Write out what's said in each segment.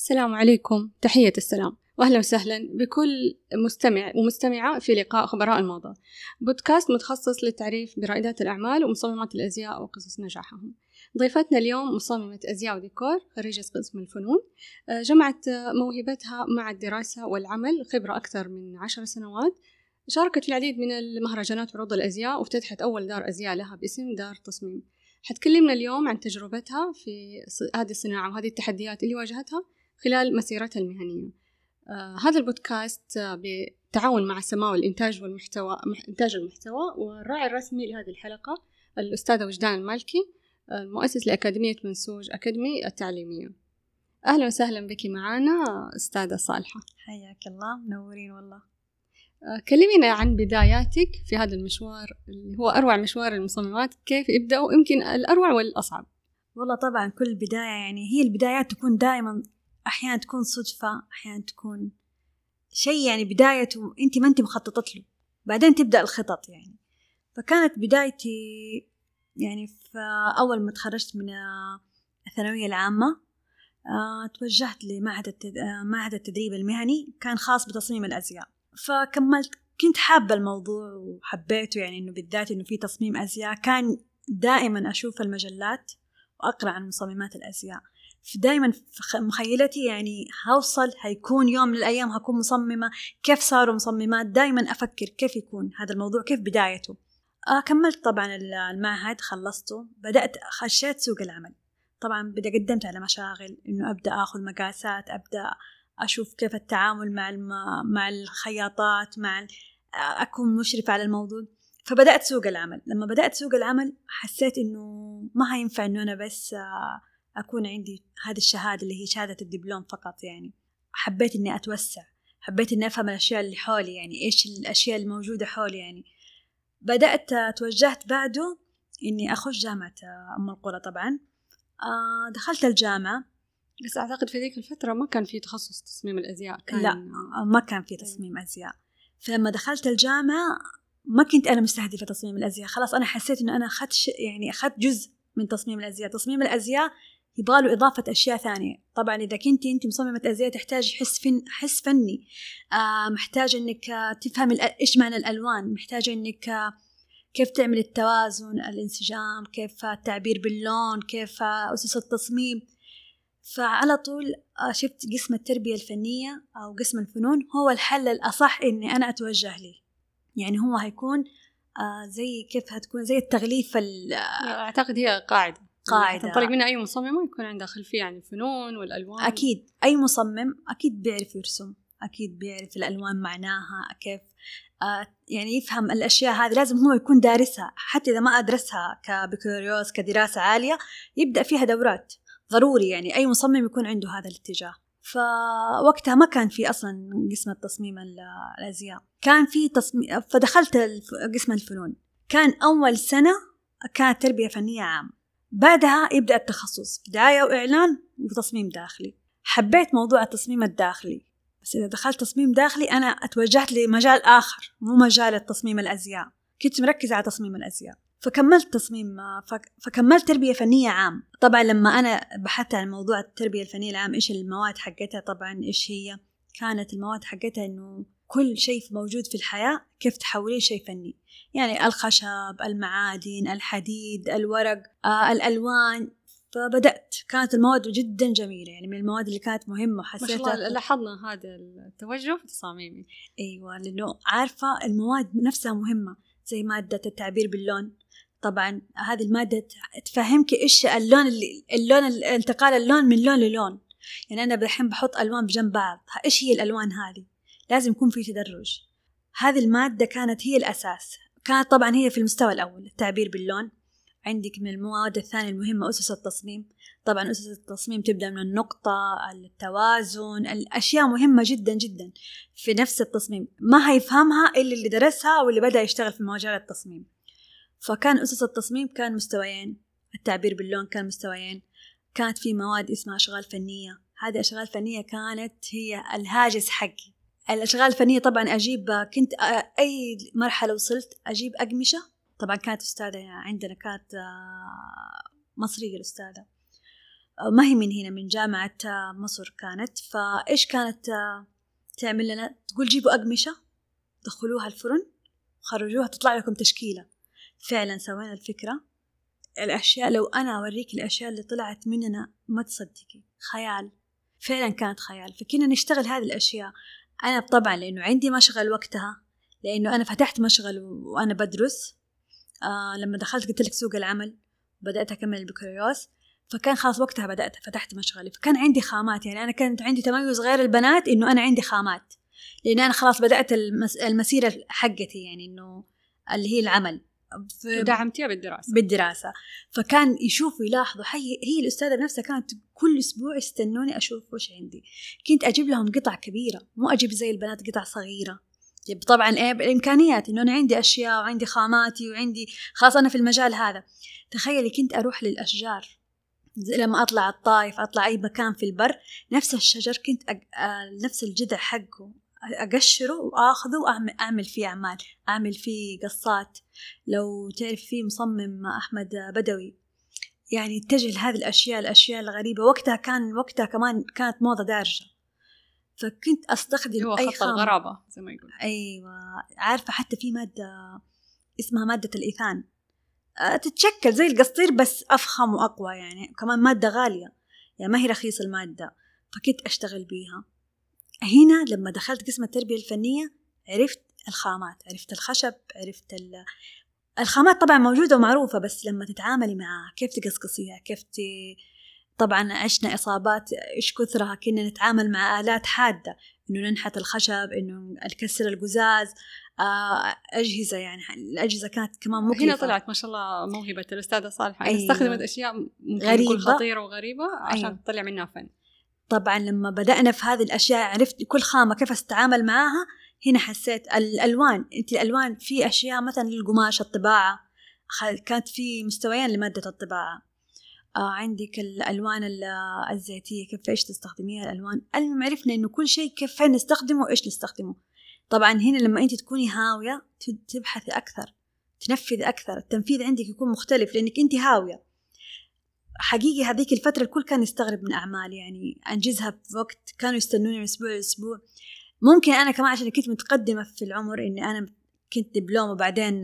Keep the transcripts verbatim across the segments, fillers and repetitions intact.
السلام عليكم، تحية السلام وأهلا وسهلا بكل مستمع ومستمعة في لقاء خبراء الموضة، بودكاست متخصص للتعريف برائدات الأعمال ومصممات الأزياء وقصص نجاحهم. ضيفتنا اليوم مصممة أزياء وديكور خريجة قسم الفنون، جمعت موهبتها مع الدراسة والعمل، خبرة أكثر من عشر سنوات، شاركت في العديد من المهرجانات وعروض الأزياء، وافتتحت أول دار أزياء لها باسم دار تصميم. حتكلمنا اليوم عن تجربتها في هذه الصناعة وهذه التحديات اللي واجهتها خلال مسيرتها المهنية. آه هذا البودكاست آه بالتعاون مع سماو الإنتاج والمحتوى إنتاج المحتوى، والراعي الرسمي لهذه الحلقة الأستاذة وجدان المالكي، المؤسس لأكاديمية منسوج أكاديمي التعليمية. أهلا وسهلا بك معنا أستاذة صالحة. حياك الله، منورين والله. آه كلمينا عن بداياتك في هذا المشوار اللي هو أروع مشوار المصممات، كيف يبدأوا، يمكن الأروع والأصعب؟ والله طبعا كل بداية يعني هي البدايات تكون دائما، أحيانا تكون صدفة، أحيانا تكون شيء يعني بدايته أنت ما أنت مخططت له، بعدين تبدأ الخطط يعني. فكانت بدايتي يعني في أول ما تخرجت من الثانوية العامة، أه توجهت لمعهد التد... معهد التدريب المهني، كان خاص بتصميم الأزياء. فكملت، كنت حابة الموضوع وحبيته، يعني إنه بالذات إنه في تصميم أزياء. كان دائما أشوف المجلات وأقرأ عن مصممات الأزياء، فدائما في مخيلتي يعني هوصل، هيكون يوم من الأيام هكون مصممة. كيف صاروا مصممات؟ دائما أفكر كيف يكون هذا الموضوع، كيف بدايته. آه كملت طبعا المعهد، خلصته، بدأت خشيت سوق العمل. طبعا بدأ قدمت على مشاغل إنه أبدأ أخذ مقاسات، أبدأ أشوف كيف التعامل مع الم... مع الخياطات، مع أكون مشرفة على الموضوع. فبدأت سوق العمل. لما بدأت سوق العمل حسيت إنه ما هينفع إنه أنا بس أكون عندي هذه الشهادة اللي هي شهادة الدبلوم فقط. يعني حبيت إني أتوسع، حبيت إني أفهم الأشياء اللي حولي، يعني إيش الأشياء الموجودة حولي. يعني بدأت توجهت بعده إني أخش جامعة أم القرى. طبعا دخلت الجامعة، بس أعتقد في ذيك الفترة ما كان في تخصص تصميم الأزياء. كان لا، ما كان في تصميم أزياء. فلما دخلت الجامعة ما كنت أنا مستهدفة تصميم الأزياء، خلاص أنا حسيت إنه أنا أخذت يعني أخذت جزء من تصميم الأزياء. تصميم الأزياء يبغى إضافة أشياء ثانية. طبعا إذا كنت أنت مصممة أزياء تحتاج حس فن حس فني، آه محتاج إنك تفهم إيش معنى الألوان، محتاج إنك آه كيف تعمل التوازن، الانسجام، كيف التعبير باللون، كيف أسس التصميم. فعلى طول شفت قسم التربية الفنية أو قسم الفنون هو الحل الأصح إني أنا أتوجه لي. يعني هو هيكون آه زي كيف هتكون زي التغليف. أعتقد هي قاعدة قاعدة تنطلق منها أي مصمم يكون عنده خلفية عن الفنون والألوان. أكيد أي مصمم أكيد بيعرف يرسم، أكيد بيعرف الألوان معناها كيف، آه يعني يفهم الأشياء هذه. لازم هو يكون دارسها، حتى إذا ما أدرسها كبكالوريوس كدراسة عالية يبدأ فيها دورات، ضروري. يعني أي مصمم يكون عنده هذا الاتجاه. فوقتها ما كان في أصلا قسم التصميم الأزياء، كان في تصميم. فدخلت قسم الفنون، كان أول سنة كانت تربية فنية عام، بعدها يبدأ التخصص في دعاية وإعلان وتصميم داخلي. حبيت موضوع التصميم الداخلي، بس إذا دخلت تصميم داخلي أنا اتوجهت لمجال آخر مو مجال التصميم الأزياء، كنت مركزة على تصميم الأزياء. فكملت تصميم فكملت تربية فنية عام. طبعا لما أنا بحثت عن موضوع التربية الفنية العام إيش المواد حقتها، طبعا إيش هي كانت المواد حقتها إنه كل شيء موجود في الحياة كيف تحوليه شيء فني. يعني الخشب، المعادن، الحديد، الورق، آه، الألوان. فبدأت كانت المواد جدا جميلة، يعني من المواد اللي كانت مهمة. حسيت ما شاء الله لاحظنا هذا التوجه في تصاميمي. أيوة، لأنه عارفة المواد نفسها مهمة، زي مادة التعبير باللون. طبعا هذه المادة تفهمك إيش اللون اللي اللون انتقال اللون من لون للون. يعني أنا بحين بحط ألوان بجنب بعض، إيش هي الألوان هذه؟ لازم يكون في تدرج. هذه المادة كانت هي الأساس، كانت طبعا هي في المستوى الأول التعبير باللون. عندك من المواد الثانية المهمة أسس التصميم. طبعا أسس التصميم تبدأ من النقطة، التوازن، الأشياء مهمة جدا جدا في نفس التصميم، ما هيفهمها إلا اللي درسها واللي بدأ يشتغل في مجال التصميم. فكان أسس التصميم كان مستويين، التعبير باللون كان مستويين. كانت في مواد اسمها أشغال فنية، هذه أشغال فنية كانت هي الهاجس حقي. الأشغال الفنية طبعا أجيب، كنت أي مرحلة وصلت أجيب أقمشة. طبعا كانت أستاذة عندنا كانت مصرية الأستاذة، ما هي من هنا، من جامعة مصر كانت. فإيش كانت تعمل لنا؟ تقول جيبوا أقمشة دخلوها الفرن خرجوها تطلع لكم تشكيلة. فعلا سوينا الفكرة. الأشياء لو أنا أوريك الأشياء اللي طلعت مننا ما تصدقي، خيال، فعلا كانت خيال. فكنا نشتغل هذه الأشياء. أنا طبعا لأنه عندي مشغل وقتها، لأنه أنا فتحت مشغل وأنا بدرس. آه لما دخلت قلت لك سوق العمل بدأت أكمل البكالوريوس، فكان خلاص وقتها بدأت فتحت مشغلي، فكان عندي خامات. يعني أنا كانت عندي تميز غير البنات إنه أنا عندي خامات، لأن أنا خلاص بدأت المس... المسيرة حقتي، يعني إنه اللي هي العمل. دعمتيها بالدراسة بالدراسة فكان يشوفوا يلاحظوا. هي هي الأستاذة نفسها كانت كل أسبوع يستنوني أشوف وش عندي. كنت أجيب لهم قطع كبيرة، مو أجيب زي البنات قطع صغيرة. طبعا إيه بالإمكانيات إنه أنا عندي أشياء وعندي خاماتي وعندي خلاص أنا في المجال هذا. تخيلي كنت أروح للأشجار لما أطلع الطائف، أطلع أي مكان في البر، نفس الشجر كنت أج... نفس الجذع حقه أقشره وأخذه وأعمل فيه أعمال، أعمل فيه قصات. لو تعرف فيه مصمم أحمد بدوي، يعني اتجه لهذه الأشياء الأشياء الغريبة. وقتها كان وقتها كمان كانت موضة دارجة، فكنت أستخدم هو أي خط الغرابة زي ما يقول. أيوة عارفة، حتى في مادة اسمها مادة الإيثان تتشكل زي القصدير بس أفخم وأقوى، يعني كمان مادة غالية، يعني ما هي رخيصة المادة، فكنت أشتغل بيها. هنا لما دخلت قسم التربية الفنية عرفت الخامات، عرفت الخشب، عرفت ال... الخامات طبعا موجودة ومعروفة، بس لما تتعاملي معها كيف تقصقصيها، كيف ت... طبعا عشنا إصابات إيش كثرها. كنا نتعامل مع آلات حادة، إنه ننحت الخشب، إنه نكسر القزاز، أجهزة، يعني الأجهزة كانت كمان مكلفة. هنا طلعت ما شاء الله موهبة الأستاذة صالحة. أيوة. استخدمت أشياء ممكن غريبة، تكون خطيرة وغريبة عشان أيوة. تطلع منها فن. طبعا لما بدأنا في هذه الأشياء عرفت كل خامة كيف أتعامل معاها. هنا حسيت الألوان، أنت الألوان في أشياء مثلا للقماش، الطباعة كانت في مستويين لمادة الطباعة. آه عندك الألوان الزيتية كيف إيش تستخدميها، الألوان. المهم عرفنا إنه كل شيء كيف نستخدمه وإيش نستخدمه. طبعا هنا لما أنت تكوني هاوية تبحثي أكثر، تنفذي أكثر، التنفيذ عندك يكون مختلف لأنك أنت هاوية. حقيقي هذيك الفترة الكل كان يستغرب من أعمالي، يعني أنجزها بوقت، كانوا يستنوني من أسبوع لأسبوع. ممكن أنا كمان عشان كنت متقدمة في العمر، إني أنا كنت دبلوم وبعدين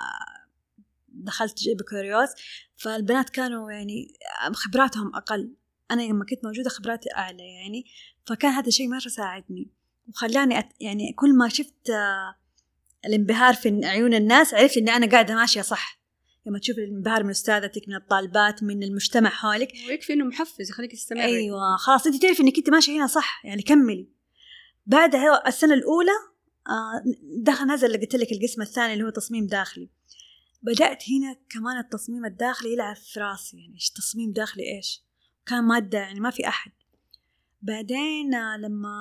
دخلت بكالوريوس، فالبنات كانوا يعني خبراتهم أقل، أنا لما كنت موجودة خبراتي أعلى يعني. فكان هذا الشيء مرة ساعدني وخلاني أت... يعني كل ما شفت الانبهار في عيون الناس عرفت إني أنا قاعدة ماشية صح. لما تشوف الانبهار من أستاذتك، من الطالبات، من المجتمع حولك، ويكفي إنه محفز يخليك تستمر. أيوة خلاص أنت تعرف إنك أنت ماشية هنا صح، يعني كملي. بعدها السنة الأولى دخل نزل اللي قلت لك القسم الثاني اللي هو تصميم داخلي. بدأت هنا كمان التصميم الداخلي يلعب في راسي، يعني إيش تصميم داخلي إيش، كان مادة يعني ما في أحد. بعدين لما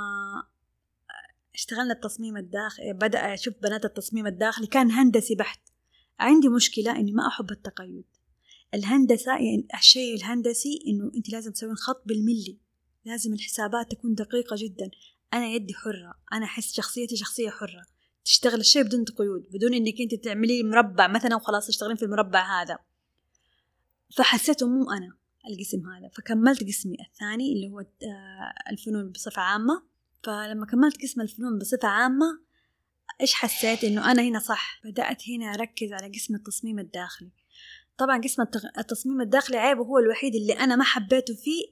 اشتغلنا التصميم الداخلي بدأ أشوف بنات التصميم الداخلي كان هندسي بحت. عندي مشكلة إني ما أحب التقيد. الهندسة يعني الشيء الهندسي إنه أنت لازم تسوين خط بالملي، لازم الحسابات تكون دقيقة جدا. أنا يدي حرة، أنا أحس شخصيتي شخصية حرة، تشتغل الشيء بدون قيود، بدون إنك أنت تعملي مربع مثلا وخلاص تشتغلين في المربع هذا. فحسيته مو أنا القسم هذا، فكملت قسمي الثاني اللي هو الفنون بصفة عامة. فلما كملت قسم الفنون بصفة عامة إيش حسيت إنه أنا هنا صح. بدأت هنا أركز على قسم التصميم الداخلي. طبعا قسم التصميم الداخلي عيبه هو الوحيد اللي أنا ما حبيته فيه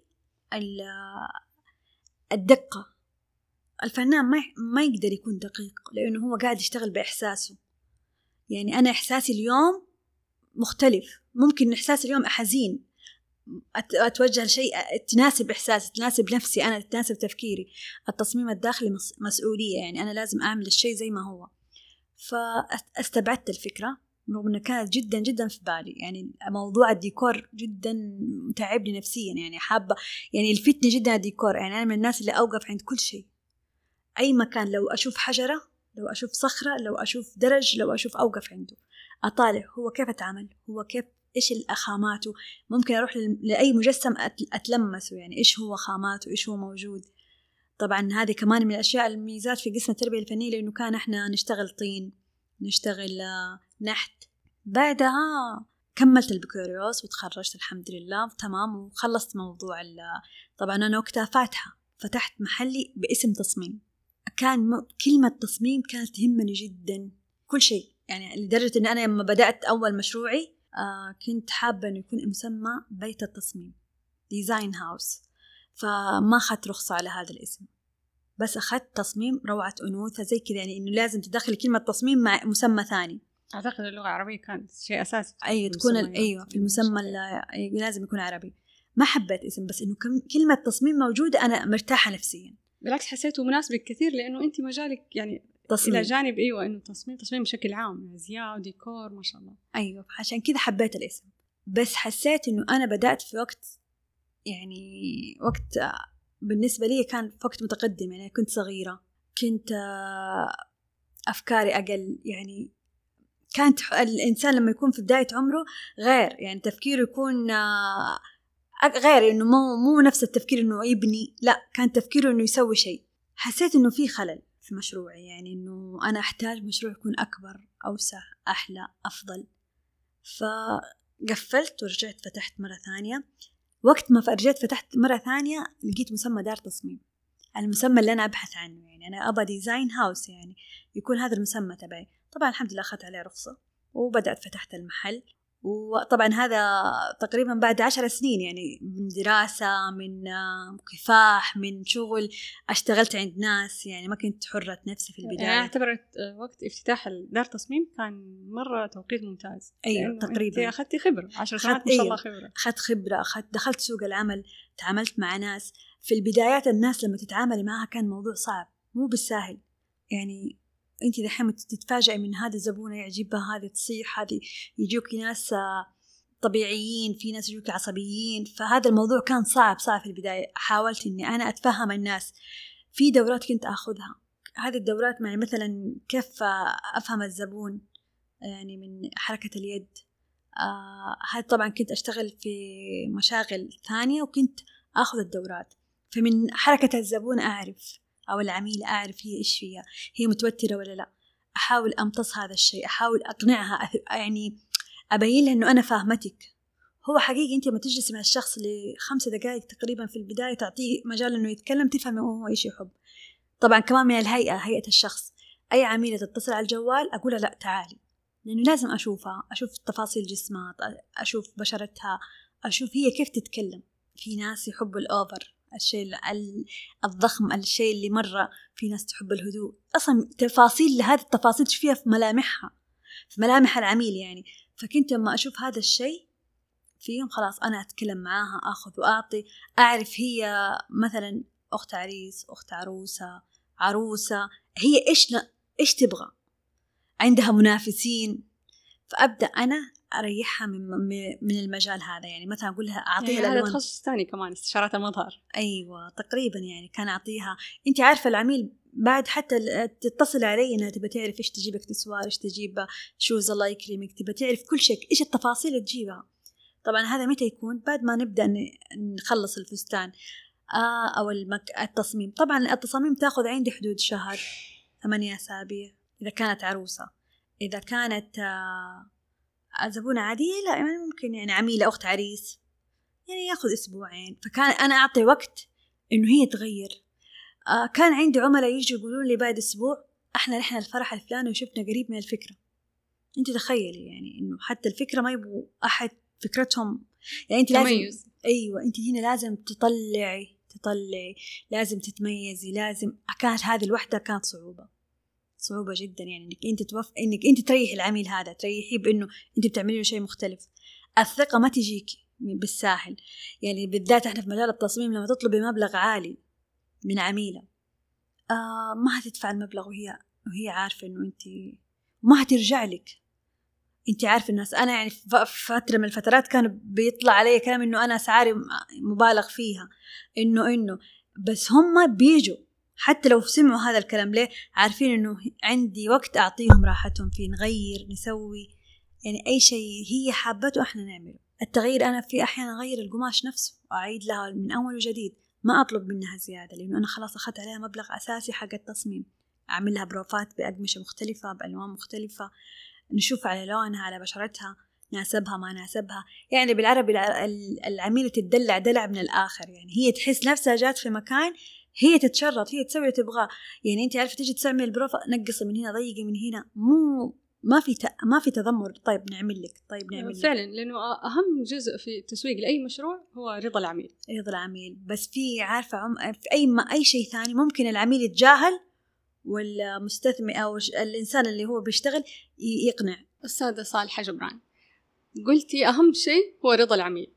الدقة. الفنان ما ما يقدر يكون دقيق لأنه هو قاعد يشتغل بإحساسه. يعني أنا إحساسي اليوم مختلف، ممكن إحساسي اليوم أحزين أتوجه لشيء تناسب إحساسي، تناسب نفسي أنا، تناسب تفكيري. التصميم الداخلي مسؤولية، يعني أنا لازم أعمل الشيء زي ما هو. فاستبعدت الفكرة رغم أنها كانت جدا جدا في بالي. يعني موضوع الديكور جدا متعبني نفسيا، يعني حابة يعني الفتنة جدا الديكور. يعني أنا من الناس اللي أوقف عند كل شيء، أي مكان، لو أشوف حجرة، لو أشوف صخرة، لو أشوف درج، لو أشوف أوقف عنده أطالع هو كيف أتعامل، هو كيف إيش الخاماته. ممكن أروح لأي مجسم أتلمسه، يعني إيش هو خاماته، إيش هو موجود. طبعا هذه كمان من الأشياء الميزات في قسم التربية الفنية، لأنه كان إحنا نشتغل طين، نشتغل نحت. بعدها كملت البكالوريوس وتخرجت الحمد لله تمام، وخلصت موضوع طبعا أنا وقتها فاتحة فتحت محلي باسم تصميم. كان م... كلمة تصميم كانت تهمني جدا كل شيء، يعني لدرجة أن أنا لما بدأت أول مشروعي آه كنت حابة أن يكون مسمى بيت التصميم ديزاين هاوس، فما أخذت رخصة على هذا الاسم، بس أخذت تصميم روعة أنوثة زي كذا، يعني إنه لازم تدخل كلمة تصميم مع مسمى ثاني. أعتقد اللغة العربية كانت شيء أساسي. أيوة تكون ال... أيوة في المسمى لازم يكون عربي. ما حبيت اسم، بس إنه كلمة تصميم موجودة أنا مرتاحة نفسيا. بالعكس حسيته مناسبك كثير، لأنه أنت مجالك يعني تصميم. إلى جانب أيوة إنه تصميم تصميم بشكل عام، أزياء وديكور ما شاء الله. أيوة عشان كذا حبيت الاسم. بس حسيت إنه أنا بدأت في وقت يعني وقت بالنسبة لي كان في وقت متقدم، يعني كنت صغيرة، كنت أفكاري أقل، يعني كانت الإنسان لما يكون في بداية عمره غير، يعني تفكيره يكون غير، إنه مو مو نفس التفكير إنه يبني، لا كان تفكيره إنه يسوي شيء. حسيت إنه في خلل في مشروعي، يعني إنه أنا أحتاج مشروع يكون أكبر أوسع أحلى أفضل. فقفلت ورجعت فتحت مرة ثانية. وقت ما رجعت فتحت مرة ثانية لقيت مسمى دار تصميم، المسمى اللي أنا أبحث عنه، يعني أنا أبغى ديزاين هاوس يعني يكون هذا المسمى تبعي. طبعا الحمد لله أخذت عليه رخصة وبدأت فتحت المحل. وطبعا هذا تقريبا بعد عشر سنين، يعني من دراسة، من كفاح، من شغل، اشتغلت عند ناس، يعني ما كنت حرة نفسي في البداية. يعني اعتبرت وقت افتتاح دار تصميم كان مرة توقيت ممتاز. أيوة تقريبا أخذتي خبرة عشر سنوات ما شاء الله خبرة. أخذت خبرة، أخذت دخلت سوق العمل، تعاملت مع ناس. في البدايات الناس لما تتعاملي معها كان موضوع صعب مو بالساهل، يعني أنت دحين تتفاجئي من هذا الزبونة يعجبها، هذه تصيح، هذه يجوك ناس طبيعيين، في ناس يجوك عصبيين. فهذا الموضوع كان صعب صعب في البداية. حاولت إني أنا أتفهم الناس. في دورات كنت أخذها، هذه الدورات معي مثلا كيف أفهم الزبون، يعني من حركة اليد. آه هذا طبعا كنت أشتغل في مشاغل ثانية وكنت أخذ الدورات، فمن حركة الزبون أعرف أو العميل أعرف هي إيش فيها، هي متوترة ولا لا. أحاول أمتص هذا الشيء، أحاول أقنعها، يعني أبين لها إنه أنا فاهمتك. هو حقيقي أنت ما تجلسي مع الشخص لخمسة دقائق تقريبا في البداية، تعطيه مجال إنه يتكلم، تفهم هو إيش يحب. طبعا كمان من الهيئة، هيئة الشخص، أي عميلة تتصل على الجوال أقولها لا تعالي، لأنه لازم أشوفها، أشوف تفاصيل جسمها، أشوف بشرتها، أشوف هي كيف تتكلم. في ناس يحبوا الأوفر، الشيء الضخم، الشيء اللي مرة، في ناس تحب الهدوء. أصلا تفاصيل لهذه التفاصيل فيها في ملامحها، في ملامح العميل يعني. فكنت لما أشوف هذا الشيء فيهم خلاص أنا أتكلم معاها، أخذ وأعطي، أعرف هي مثلا أخت عريس، أخت عروسة، عروسة، هي إيش إيش تبغى، عندها منافسين، فأبدأ أنا أريحها من من المجال هذا. يعني مثلا أقول لها أعطيها يعني هذا تخصص ثاني كمان، استشارات المظهر. أيوة تقريبا، يعني كان أعطيها. أنت عارفة العميل بعد حتى تتصل علي إنها تبى تعرف إيش تجيب اكسسوار، إيش تجيب شوز، الله يكرمك، تبى تعرف كل شيء، إيش التفاصيل اللي تجيبها. طبعا هذا متى يكون؟ بعد ما نبدأ نخلص الفستان آه أو المك... التصميم. طبعا التصاميم تأخذ عندي حدود شهر، ثمانية أسابيع إذا كانت عروسة. إذا كانت آه زبونة عادية لا، يعني ممكن يعني عميلة أخت عريس يعني ياخذ أسبوعين. فكان أنا أعطي وقت إنه هي تغير. آه كان عندي عملاء يجي يقولون لي بعد أسبوع إحنا رحنا الفرح الفلاني وشفنا قريب من الفكرة. أنت تخيلي يعني إنه حتى الفكرة ما يبغوا أحد فكرتهم، يعني أنت لازم، أيوة أنت هنا لازم تطلعي تطلعي لازم تتميزي، لازم. كانت هذه الوحدة كانت صعوبة صعوبة جدا، يعني إنك أنت توفق، إنك أنت تريح العميل هذا، تريحيه بإنه أنت بتعملي له شيء مختلف. الثقة ما تجيك بالساهل، يعني بالذات إحنا في مجال التصميم لما تطلبي مبلغ عالي من عميلة آه ما هتدفع المبلغ وهي وهي عارفة إنه أنت ما هترجع لك. أنت عارفة الناس، أنا يعني في فترة من الفترات كان بيطلع علي كلام إنه أنا أسعاري مبالغ فيها، إنه إنه بس هم بيجوا حتى لو سمعوا هذا الكلام ليه، عارفين إنه عندي وقت أعطيهم راحتهم فيه، نغير نسوي، يعني أي شيء هي حابته إحنا نعمله. التغيير أنا في أحيانا أغير القماش نفسه وأعيد لها من أول وجديد، ما أطلب منها زيادة، لأنه أنا خلاص أخذت عليها مبلغ أساسي حق التصميم. أعمل لها بروفات بأقمشة مختلفة، بألوان مختلفة، نشوف على لونها، على بشرتها، ناسبها ما ناسبها. يعني بالعربي العميلة تدلع دلع من الآخر، يعني هي تحس نفسها جات في مكان هي تتشرط، هي تسوي اللي تبغاه. يعني أنت عارفة تيجي تسمي البروفة نقصي من هنا ضيقي من هنا، مو ما في ت... ما في تذمر. طيب نعمل لك، طيب نعمل لك. فعلا، لأنه أهم جزء في التسويق لأي مشروع هو رضا العميل. رضا العميل. بس في عارفة عم... في أي ما أي شيء ثاني ممكن العميل يتجاهل والمستثمر أو الإنسان اللي هو بيشتغل يقنع. أستاذة صالحة جبران، قلتي أهم شيء هو رضا العميل،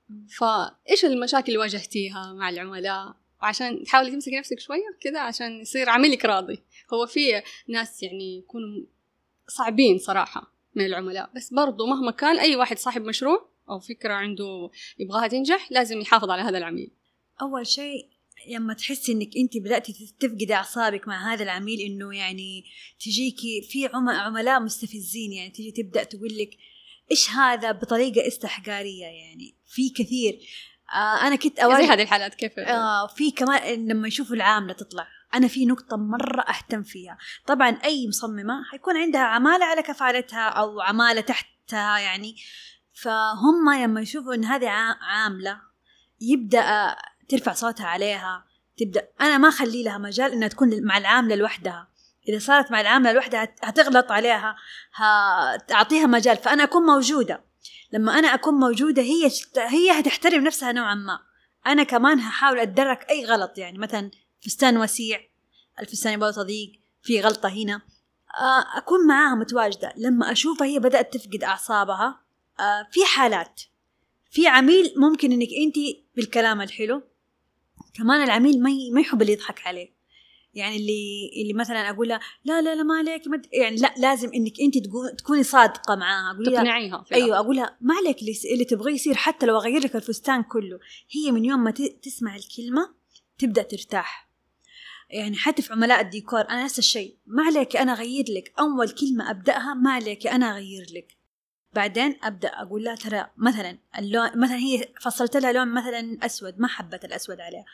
فإيش المشاكل اللي واجهتيها مع العملاء وعشان تحاولي تمسكي نفسك شوية كذا عشان يصير عميلك راضي؟ هو في ناس يعني يكونوا صعبين صراحة من العملاء، بس برضو مهما كان أي واحد صاحب مشروع أو فكرة عنده يبغاها تنجح لازم يحافظ على هذا العميل. أول شيء لما تحسي إنك أنت بدأتي تفقدي أعصابك مع هذا العميل، إنه يعني تجيكي في عملاء مستفزين، يعني تجي تبدأ تقول لك إيش هذا بطريقة استحقارية. يعني في كثير آه أنا كنت أواجه زي هذه الحالات. كيف آه في كمان لما يشوفوا العاملة تطلع، أنا في نقطة مرة أهتم فيها. طبعا أي مصممة حيكون عندها عمالة على كفالتها أو عمالة تحتها، يعني فهم لما يشوفوا إن هذه عاملة يبدأ ترفع صوتها عليها، تبدأ أنا ما خلي لها مجال إنها تكون مع العاملة لوحدها. إذا صارت مع العاملة لوحدها هتغلط عليها، هتعطيها مجال. فأنا أكون موجودة. لما أنا أكون موجودة هي هي هتحترم نفسها نوعا ما. أنا كمان هحاول أتدرك أي غلط، يعني مثلا فستان وسيع، الفستان يبغى تضيق، في غلطة هنا، أكون معاها متواجدة. لما أشوفها هي بدأت تفقد أعصابها، في حالات في عميل ممكن إنك أنتي بالكلام الحلو كمان العميل ما ما يحب اللي يضحك عليه. يعني اللي اللي مثلا أقولها لا لا لا ما عليك مد... يعني لا، لازم إنك أنت تكوني صادقة معاها، تقنعيها. أيوة أقول لها ما عليك اللي, اللي تبغيه يصير، حتى لو أغير لك الفستان كله. هي من يوم ما ت... تسمع الكلمة تبدأ ترتاح. يعني حتى في عملاء الديكور أنا نفس الشيء، ما عليك أنا أغير لك. أول كلمة أبدأها ما عليك أنا أغير لك. بعدين أبدأ أقول لها ترى مثلا اللون، مثلا هي فصلت لها لون مثلا أسود، ما حبت الأسود عليها،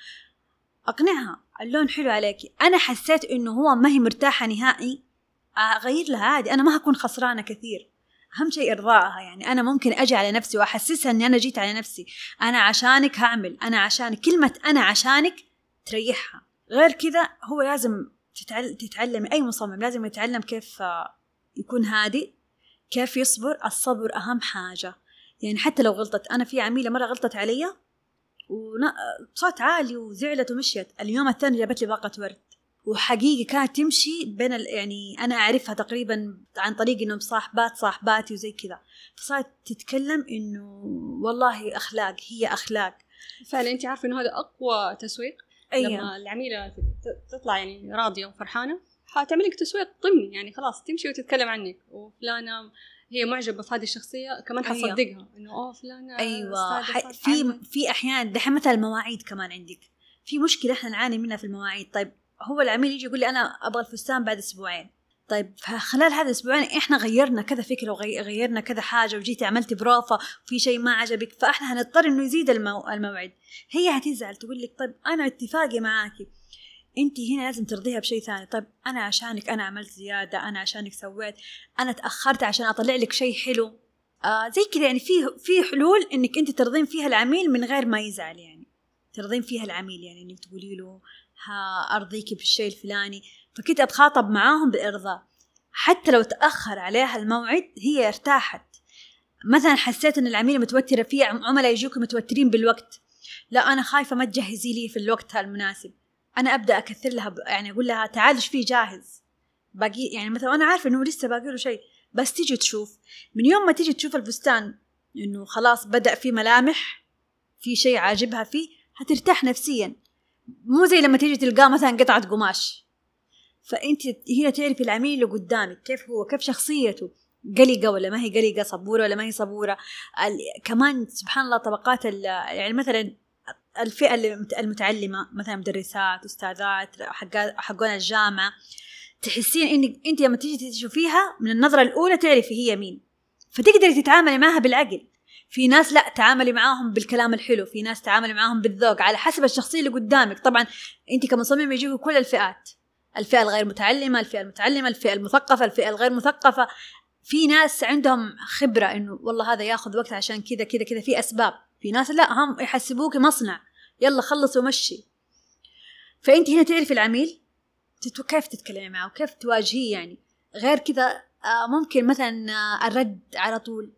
أقنعها اللون حلو عليكي. أنا حسيت إنه هو ما هي مرتاحة نهائي، أغير لها عادي، أنا ما هكون خسرانة كثير. أهم شيء إرضائها. يعني أنا ممكن أجي على نفسي وأحسسها أني أنا جيت على نفسي، أنا عشانك هعمل، أنا عشانك. كلمة أنا عشانك تريحها. غير كذا هو لازم تتعلم، أي مصمم لازم يتعلم كيف يكون هادئ، كيف يصبر. الصبر أهم حاجة. يعني حتى لو غلطت، أنا في عميلة مرة غلطت عليا وصوت عالي وزعلت ومشيت، اليوم الثاني جابت لي باقة ورد، وحقيقي كانت تمشي بين ال... يعني أنا أعرفها تقريبا عن طريق إنهم صاحبات صاحباتي وزي كذا، فصارت تتكلم إنه والله أخلاق، هي أخلاق فعلا. أنت عارفة إنه هذا أقوى تسويق. أيه. لما العميلة تطلع يعني راضية وفرحانة هتعملك تسويق ضمني، يعني خلاص تمشي وتتكلم عنك، وفلانة هي معجبة في هذه الشخصية كمان حصدقها. أيوة. إنه أوه فلانة أيوة. ح... في في أحيان دحين مثلا المواعيد كمان عندك في مشكلة إحنا نعاني منها في المواعيد. طيب هو العميل يجي يقول لي أنا أبغى الفستان بعد أسبوعين، طيب خلال هذا الأسبوعين إحنا غيرنا كذا فكرة وغيرنا كذا حاجة، وجيتي عملتي بروفة وفي شيء ما عجبك، فإحنا هنضطر إنه يزيد المو... الموعد. هي هتزعل تقول لك طيب أنا اتفاقي معاكي، أنتي هنا لازم ترضيها بشيء ثاني. طيب أنا عشانك أنا عملت زيادة، أنا عشانك سويت، أنا تأخرت عشان أطلع لك شيء حلو. آه زي كذا. يعني في في حلول إنك أنت ترضين فيها العميل من غير ما يزعل، يعني ترضين فيها العميل، يعني إنك تقولي له ها أرضيك بالشيء الفلاني. فكنت أتخاطب معاهم بالإرضاء، حتى لو تأخر عليها الموعد هي ارتاحت. مثلا حسيت إن العميل متوترة، في عملاء يجوكم متوترين بالوقت، لا أنا خايفة ما تجهزي لي في الوقت المناسب، أنا أبدأ أكثر لها، يعني أقول لها تعالش فيه جاهز باقي. يعني مثلا أنا عارفة إنه لسه باقي له شيء، بس تيجي تشوف. من يوم ما تيجي تشوف الفستان إنه خلاص بدأ فيه ملامح، في شيء عاجبها فيه، هترتاح نفسيا. مو زي لما تيجي تلقاه مثلا قطعة قماش. فأنت هنا تعرفي العميل اللي قدامك كيف هو، كيف شخصيته، قلقة ولا ما هي قلقة، صبورة ولا ما هي صبورة. كمان سبحان الله طبقات، يعني مثلا الفئة المتعلمة مثلا مدرسات، أستاذات، حقون الجامعة، تحسين إنك أنت لما تيجي تشوفيها من النظرة الأولى تعرفي هي مين، فتقدري تتعاملي معها بالعقل. في ناس لا تعاملي معاهم بالكلام الحلو، في ناس تعاملي معاهم بالذوق، على حسب الشخصية اللي قدامك. طبعا أنت كمصمم يجيبوا كل الفئات، الفئة الغير متعلمة، الفئة المتعلمة، الفئة المثقفة، الفئة الغير مثقفة. في ناس عندهم خبرة إنه والله هذا ياخذ وقت عشان كذا كذا كذا، في أسباب. في ناس لا، هم يحسبوك مصنع، يلا خلص ومشي. فأنت هنا تعرفي العميل كيف تتكلمي معه وكيف تواجهيه. يعني غير كذا ممكن مثلا الرد على طول.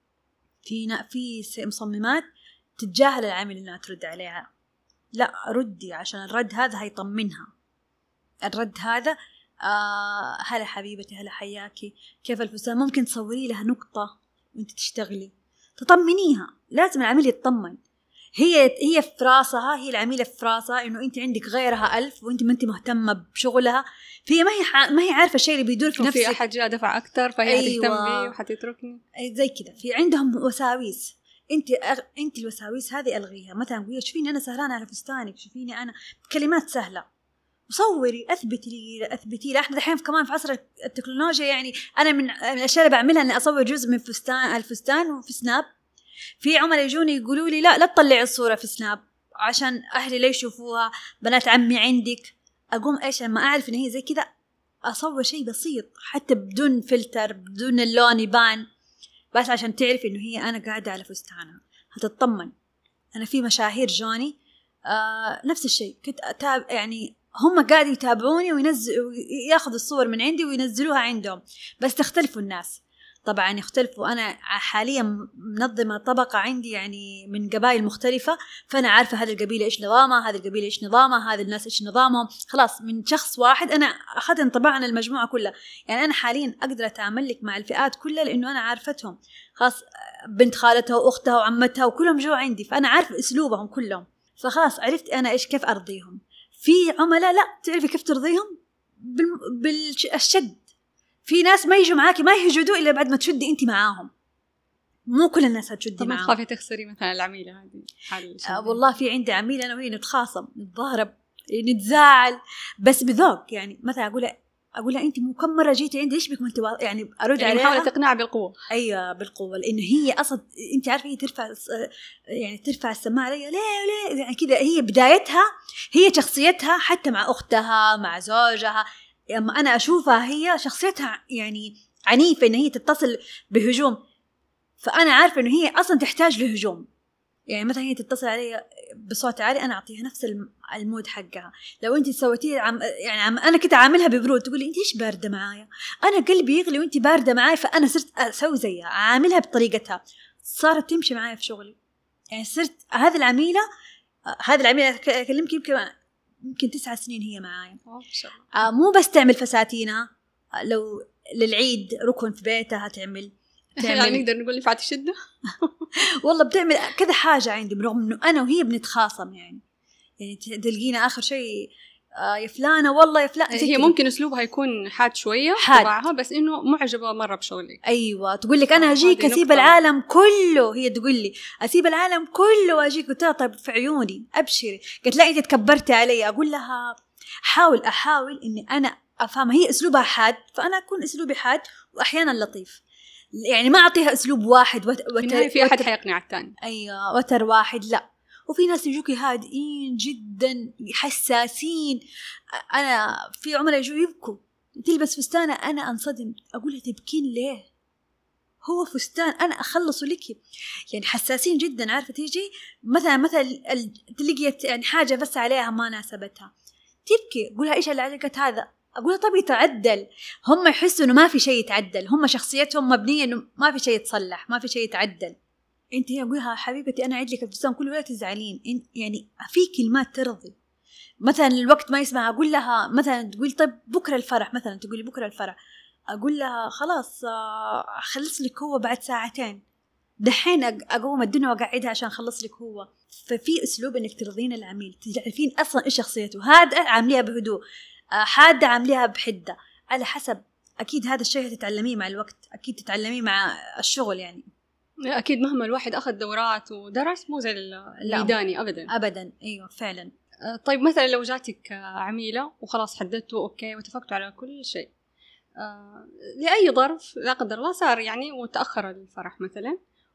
في في مصممات تتجاهل العميل إنها ترد عليها، لا ردي عشان الرد هذا هيطمنها. الرد هذا آه هلا حبيبتي، هلا حياكي، كيف الفستان، ممكن تصوري لها نقطة وانت تشتغلي تطمنيها. لازم العميل يتطمن. هي هي في راسها، هي العميلة في راسها إنه أنت عندك غيرها ألف وأنت ما أنت مهتمة بشغلها، فهي ما هي ما هي عارفة الشيء اللي بيدور في نفسك. في أحد جاء دفع أكتر فهي أيوة. هتهتم بي وحتتركني زي كذا. في عندهم وساويس. أنت أغ... أنت الوساويس هذه ألغيها. مثلا قولي شوفيني أنا سهرانة على فستانك، شوفيني أنا، كلمات سهلة. وصوري، أثبتي لي أثبتي لي. إحنا دحين كمان في عصر التكنولوجيا، يعني أنا من الأشياء اللي بعملها إني أصور جزء من فستان الفستان وفي سناب. في عملاء يجوني يقولوا لي لا لا تطلعي الصورة في سناب عشان أهلي لا يشوفوها، بنات عمي عندك. أقوم إيش لما أعرف إن هي زي كذا أصور شيء بسيط حتى بدون فلتر، بدون اللون يبان، بس عشان تعرف إنه هي أنا قاعدة على فستانها، هتطمن. أنا في مشاهير جوني آه نفس الشيء، كنت أتابع يعني هم قاعدين يتابعوني وينزلوا ياخذوا الصور من عندي وينزلوها عندهم، بس تختلفوا الناس طبعا يختلفوا. أنا حاليا منظمة طبقة عندي يعني من قبائل مختلفة، فأنا عارفة هذه القبيلة إيش نظامها، هذه القبيلة إيش نظامها، هذه الناس إيش نظامهم. خلاص من شخص واحد أنا أخذت انطباع عن المجموعة كلها. يعني أنا حاليا أقدر أتعامل لك مع الفئات كلها لأنه أنا عارفتهم. خلاص بنت خالتها وأختها وعمتها وكلهم جو عندي، فأنا عارفة أسلوبهم كلهم، فخلاص عرفت أنا إيش كيف أرضيهم. في عملاء لا تعرفي كيف ترضيهم بالشد. في ناس ما يجوا معاكي ما يهجدوا إلا بعد ما تشدي أنت معاهم. مو كل الناس هتشدي معاهم. طب ما تخافي تخسري مثلا العميلة هذه؟ آه والله في عندي عميلة أنا وهي نتخاصم، نتضارب، نتزاعل، بس بذوق. يعني مثلا أقول أقول لها أنت مو كم مرة جيتي عندي، إيش بك ما أنت يعني أرد يعني عليها. محاولة إقناع بالقوة. أيوة بالقوة، لأنه هي أصلا أنت عارفة هي ترفع يعني ترفع السماعة عليها ليه ليه يعني كذا. هي بدايتها، هي شخصيتها حتى مع أختها مع زوجها، أما أنا أشوفها هي شخصيتها يعني عنيفة، إن هي تتصل بهجوم، فأنا عارفة إنه هي أصلا تحتاج لهجوم. يعني مثلا هي تتصل علي بصوت عالي، أنا أعطيها نفس المود حقها. لو أنت سويتيه عم يعني عم أنا كده عاملها ببرود، تقولي أنت إيش باردة معايا، أنا قلبي يغلي وأنت باردة معايا، فأنا صرت أسوي زيها، عاملها بطريقتها، صارت تمشي معايا في شغلي. يعني صرت هذه العميلة هذه العميلة أكلمك يمكن يمكن تسعة سنين هي معايا. آه مو بس تعمل فساتينها، لو للعيد ركن في بيتها تعمل تعمل يعني نقدر نقول نفعت الشدة. والله بتعمل كذا حاجة عندي، برغم إنه أنا وهي بنتخاصم. يعني يعني تلقينا آخر شيء آه يا فلانة والله يا فلانة. هي ممكن أسلوبها يكون حاد شوية طبعها، بس إنه معجبة مرة بشغلك. أيوة تقول لك أنا أجيك أسيب العالم كله. هي تقول لي أسيب العالم كله وأجيك. قلت لها طيب في عيوني أبشري. قلت لا أنت تكبرتي علي. أقول لها حاول أحاول إني أنا أفهم. هي أسلوبها حاد، فأنا أكون أسلوبي حاد وأحيانا لطيف. يعني ما أعطيها أسلوب واحد وت... وت... في أحد حيقنع الثاني. أيوة وتر واحد لا. وفي ناس يجوكي هادئين جدا حساسين. أنا في عملاء يجوا يبكوا تلبس فستانة، أنا أنصدم. أقولها تبكين ليه؟ هو فستان أنا أخلصه لك. يعني حساسين جدا. عارفة تيجي مثلا مثلا تلقيت يعني حاجة بس عليها ما ناسبتها تبكي. أقولها إيش اللي علقت هذا؟ أقولها طب يتعدل. هم يحسوا إنه ما في شيء يتعدل، هم شخصيتهم مبنية إنه ما في شيء يتصلح، ما في شيء يتعدل. أنت هي أقولها حبيبتي أنا أعيد لك الفستان كله ولا تزعلين. يعني في كلمات ترضي. مثلا الوقت ما يسمع أقول لها مثلا تقول طيب بكرة الفرح، مثلا تقولي بكرة الفرح، أقول لها خلاص أخلص لك هو بعد ساعتين، دحين أقوم الدنيا وأقعدها عشان أخلص لك هو. ففي أسلوب إنك ترضين العميل، تعرفين أصلا إيش شخصيته. هذا عامليها بهدوء، حادة عامليها بحدة، على حسب. أكيد هذا الشيء هتتعلميه مع الوقت، أكيد تتعلميه مع الشغل. يعني أكيد مهما الواحد أخذ دورات ودرس مو زي الميداني أبدا أبدا. أيوة فعلا. طيب مثلا لو جاتك عميلة وخلاص حددتوا أوكي واتفقتوا على كل شيء، آه لأي ظرف لا قدر الله صار يعني وتأخر الفرح مثلا،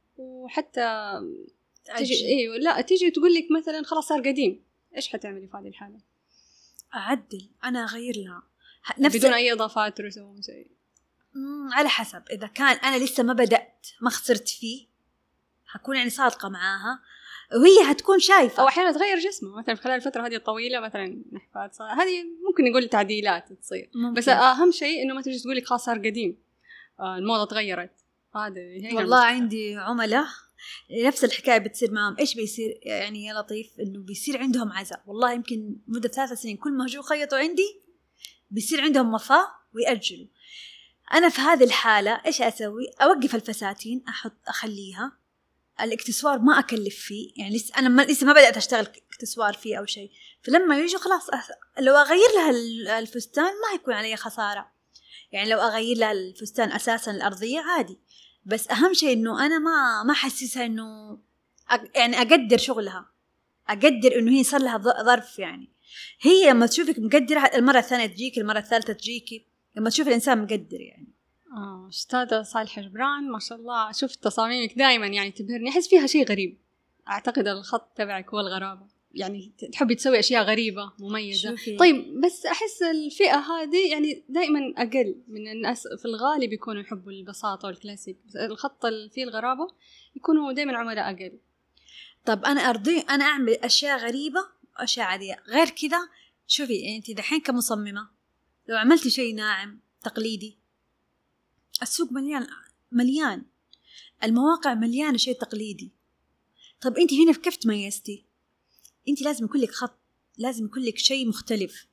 وحتى تيجي ايوه لا تيجي تقول لك مثلا خلاص صار قديم، ايش حتعملي في هذه الحالة؟ أعدل أنا، أغير لها نفس بدون أي إضافات رسوم شيء. على حسب، إذا كان أنا لسه ما بدأت ما خسرت فيه هكون يعني صادقة معاها وهي هتكون شايفة. أو أحيانا تغير جسمه مثلا خلال الفترة هذه الطويلة، مثلا نحفات هذه ممكن نقول تعديلات تصير ممكن. بس أهم شيء إنه ما تجي تقولي خلاص صار قديم، آه الموضة تغيرت. هذا والله عندي عملاء نفس الحكاية بتصير معهم. إيش بيصير يعني يا لطيف؟ إنه بيصير عندهم عزاء، والله يمكن مدة ثلاث سنين كل ما جو خيطوا عندي بيصير عندهم وفاة ويأجلوا. أنا في هذه الحالة إيش أسوي؟ أوقف الفساتين، أحط أخليها. الاكتسوار ما أكلف فيه، يعني لسه أنا ما لسه ما بدأت أشتغل اكتسوار فيه أو شيء، فلما يجوا خلاص أه... لو أغير لها الفستان ما يكون علي خسارة. يعني لو أغير لها الفستان أساسا الأرضية عادي، بس أهم شيء إنه أنا ما ما حسسها إنه أ... يعني أقدر شغلها، أقدر إنه هي صار لها ظرف. يعني هي لما تشوفك مقدرة المرة الثانية تجيك، المرة الثالثة تجيكي، لما تشوف الإنسان مقدر. يعني آه أستاذة صالحة جبران ما شاء الله، شوف تصاميمك دائما يعني تبهرني، أحس فيها شيء غريب. أعتقد الخط تبعك هو الغرابة، يعني تحبي تسوي أشياء غريبة مميزة. شوفي. طيب بس أحس الفئة هذه يعني دائما أقل من الناس، في الغالب يكونوا يحبوا البساطة والكلاسيك، الخط اللي فيه الغرابة يكونوا دائما عملاء أقل. طب أنا أرضي أنا أعمل أشياء غريبة وأشياء عادية غير كذا. شوفي يعني أنت دحين كمصممة لو عملتي شيء ناعم تقليدي، السوق مليان مليان، المواقع مليانة شيء تقليدي. طب أنت هنا كيف تميزتي؟ أنت لازم يكون لك خط، لازم يكون لك شيء مختلف.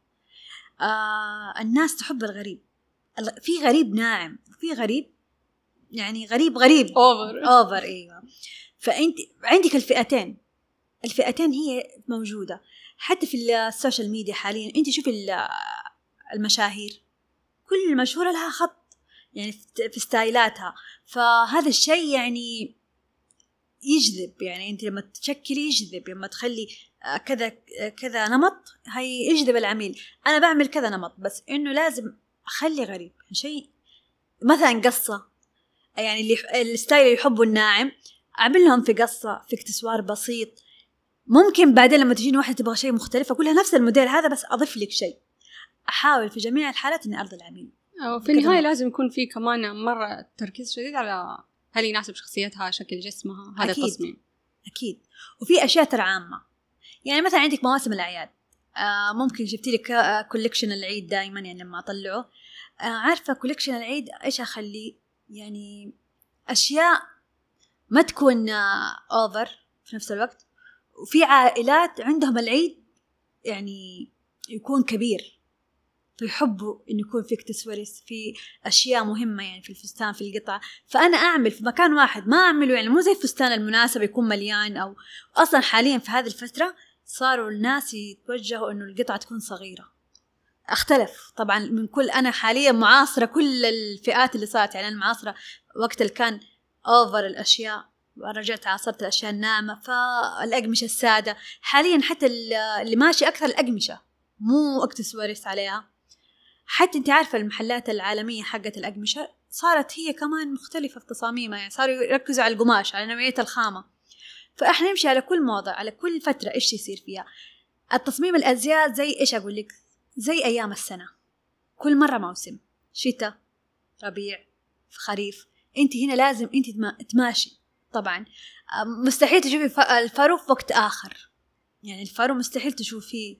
آه الناس تحب الغريب، في غريب ناعم وفي غريب يعني غريب غريب أوفر أوفر أيوة. فأنت عندك الفئتين، الفئتين هي موجودة حتى في السوشيال ميديا حاليا. أنت شوفي المشاهير كل المشهورة لها خط يعني في ستايلاتها، فهذا الشيء يعني يجذب. يعني أنت لما تشكلي يجذب، لما تخلي كذا كذا نمط هي يجذب العميل. أنا بعمل كذا نمط بس إنه لازم أخلي غريب شيء. مثلا قصة، يعني اللي الستايل اللي يحبوا الناعم أعمل لهم في قصة في اكتسوار بسيط. ممكن بعدين لما تجيني واحدة تبغى شيء مختلف أقولها نفس الموديل هذا بس أضيف لك شيء. أحاول في جميع الحالات إني أرضي العميل. وفي النهاية لازم يكون في كمان مرة تركيز شديد على هل يناسب شخصيتها، شكل جسمها، هذا أكيد. التصميم أكيد. وفي أشياء ترى عامة، يعني مثلا عندك مواسم الأعياد، آه ممكن شفتي لك آه كوليكشن العيد دائما يعني لما أطلعه، آه عارفة كوليكشن العيد إيش أخلي؟ يعني أشياء ما تكون آه أوفر في نفس الوقت. وفي عائلات عندهم العيد يعني يكون كبير فيحبوا إنه يكون في اكسسوارز، في أشياء مهمة يعني في الفستان في القطعة. فأنا أعمل في مكان واحد، ما أعمله يعني مو زي الفستان المناسب يكون مليان. أو أصلا حاليا في هذه الفترة صاروا الناس يتوجهوا إنه القطعة تكون صغيرة. اختلف طبعا من كل، أنا حاليا معاصرة كل الفئات اللي صارت. يعني أنا معاصرة وقت اللي كان أوفر الأشياء، ورجعت عاصرت الأشياء الناعمة، فالأقمشة السادة حاليا حتى اللي ماشي أكثر الأقمشة مو اكسسوارز عليها. حتى انت عارفة المحلات العالمية حقت الأقمشة صارت هي كمان مختلفة في تصاميمها، يعني صاروا يركزوا على القماش، على نوعية الخامة. فإحنا نمشي على كل موضة، على كل فترة إيش يصير فيها. التصميم الأزياء زي إيش أقول لك، زي أيام السنة، كل مرة موسم، شتاء، ربيع، خريف. انت هنا لازم انت تماشي. طبعا مستحيل تشوفي الفارو في وقت آخر، يعني الفارو مستحيل تشوفيه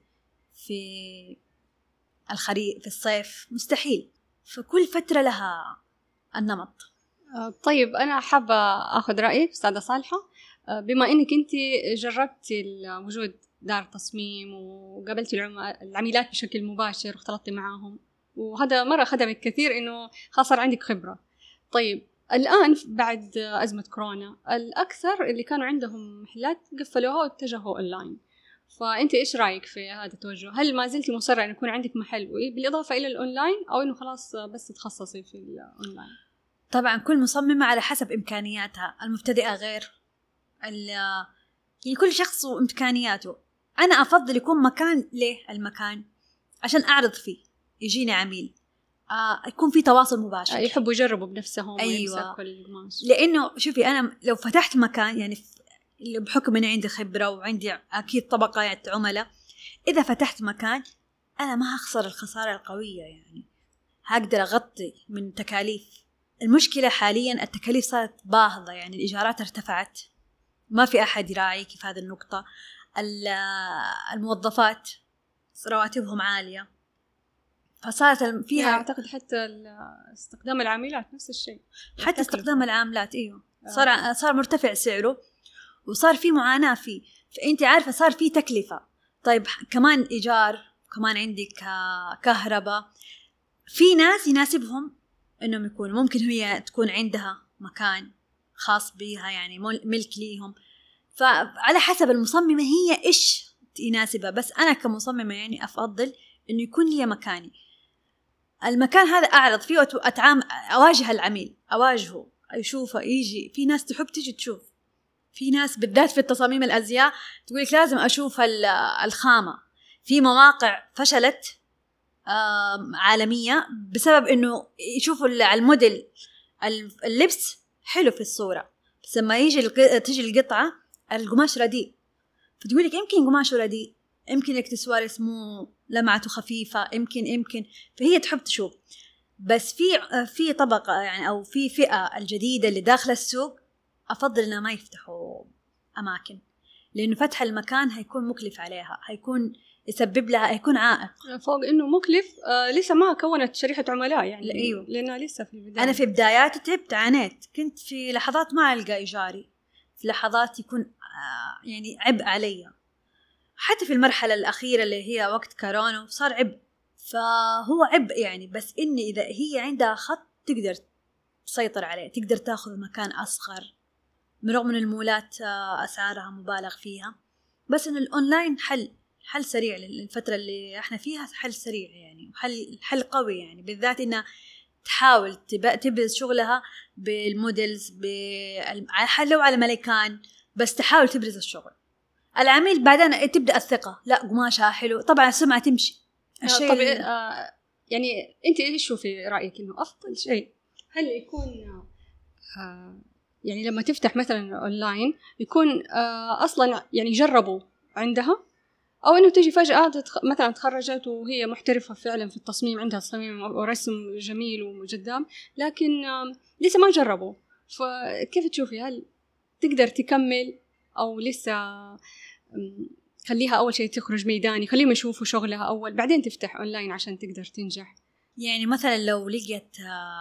في الخريف في الصيف، مستحيل. فكل فترة لها النمط. طيب أنا حابة أخذ رأيك أستاذة صالحة، بما أنك أنت جربتي وجود دار تصميم وقابلتي العميلات بشكل مباشر واختلطتي معاهم، وهذا مرة خدمك كثير إنه خاصة عندك خبرة. طيب الآن بعد أزمة كورونا الأكثر اللي كانوا عندهم محلات قفلوها واتجهوا أونلاين، فأنت إيش رأيك في هذا التوجه؟ هل ما زلتي مصرة أن يكون عندك محل بالإضافة إلى الأونلاين، أو إنه خلاص بس تخصصي في الأونلاين؟ طبعا كل مصممة على حسب إمكانياتها، المبتدئة غير يعني كل شخص وإمكانياته. أنا أفضل يكون مكان، ليه المكان؟ عشان أعرض فيه، يجيني عميل، آه يكون في تواصل مباشر، يحبوا يجربوا بنفسهم. أيوة. كل قماش. لأنه شوفي أنا لو فتحت مكان، يعني بحكم أني عندي خبرة وعندي أكيد طبقة عملاء، إذا فتحت مكان أنا ما هخسر الخسارة القوية، يعني هقدر أغطي من تكاليف. المشكلة حاليا التكاليف صارت باهظة، يعني الإيجارات ارتفعت، ما في أحد يراعيك في هذه النقطة. الموظفات رواتبهم عالية، فصارت فيها يعني أعتقد حتى استخدام العاملات نفس الشيء، حتى استخدام العاملات أيوه صار صار مرتفع سعره، وصار في معاناة فيه. فأنت عارفة صار في تكلفة، طيب كمان إيجار، كمان عندك كهرباء. في ناس يناسبهم إنهم يكونوا ممكن هي تكون عندها مكان خاص بها، يعني ملك ليهم، فعلى حسب المصممة هي إيش يناسبها. بس أنا كمصممة يعني أفضل إنه يكون لي مكاني، المكان هذا أعرض فيه وأتعامل، أواجه العميل، أواجهه، يشوفه، يجي. في ناس تحب تيجي تشوف، في ناس بالذات في التصاميم الأزياء تقولك لازم أشوف الخامة. في مواقع فشلت عالمية بسبب إنه يشوفوا الموديل اللبس حلو في الصورة، بس لما يجي تيجي القطعة القماش رديء، فتقولك يمكن قماشه رديء، يمكن الاكسسوار اسمه لمعته خفيفة، يمكن يمكن فهي تحب تشوف. بس في في طبقة يعني أو في فئة الجديدة اللي داخل السوق أفضل إنها ما يفتحوا أماكن، لأنه فتح المكان هيكون مكلف عليها، هيكون يسبب لها، هيكون عائق. فوق إنه مكلف آه لسه ما كونت شريحة عملاء يعني. أيوه، لأنها لسه في البداية. أنا في بداياتي تعبت، عانيت، كنت في لحظات ما ألقى إيجاري، في لحظات يكون آه يعني عبء علي. حتى في المرحلة الأخيرة اللي هي وقت كورونا صار عبء، فهو عبء يعني. بس إني إذا هي عندها خط تقدر تسيطر عليه، تقدر تأخذ مكان أصغر، برغم من المولات أسعارها مبالغ فيها. بس إن الأونلاين حل حل سريع للفترة اللي إحنا فيها، حل سريع يعني، حل حل قوي يعني، بالذات إنها تحاول تبرز شغلها بالموديلز، حلو على ملكان، بس تحاول تبرز الشغل. العميل بعدين تبدأ الثقة، لا قماشها حلو، طبعا السمعة تمشي. الشيء طب آه يعني أنت إيش شو في رأيك إنه أفضل شيء هل يكون آه يعني لما تفتح مثلا أونلاين يكون آه أصلا يعني جربوا عندها، أو إنه تجي فجأة تتخ... مثلا تخرجت وهي محترفة فعلا في التصميم، عندها تصميم ورسم جميل ومجدام، لكن آه لسه ما جربوا، فكيف تشوفي هل تقدر تكمل أو لسه خليها أول شيء تخرج ميداني، خليهم يشوفوا شغلها أول بعدين تفتح أونلاين عشان تقدر تنجح؟ يعني مثلا لو لقيت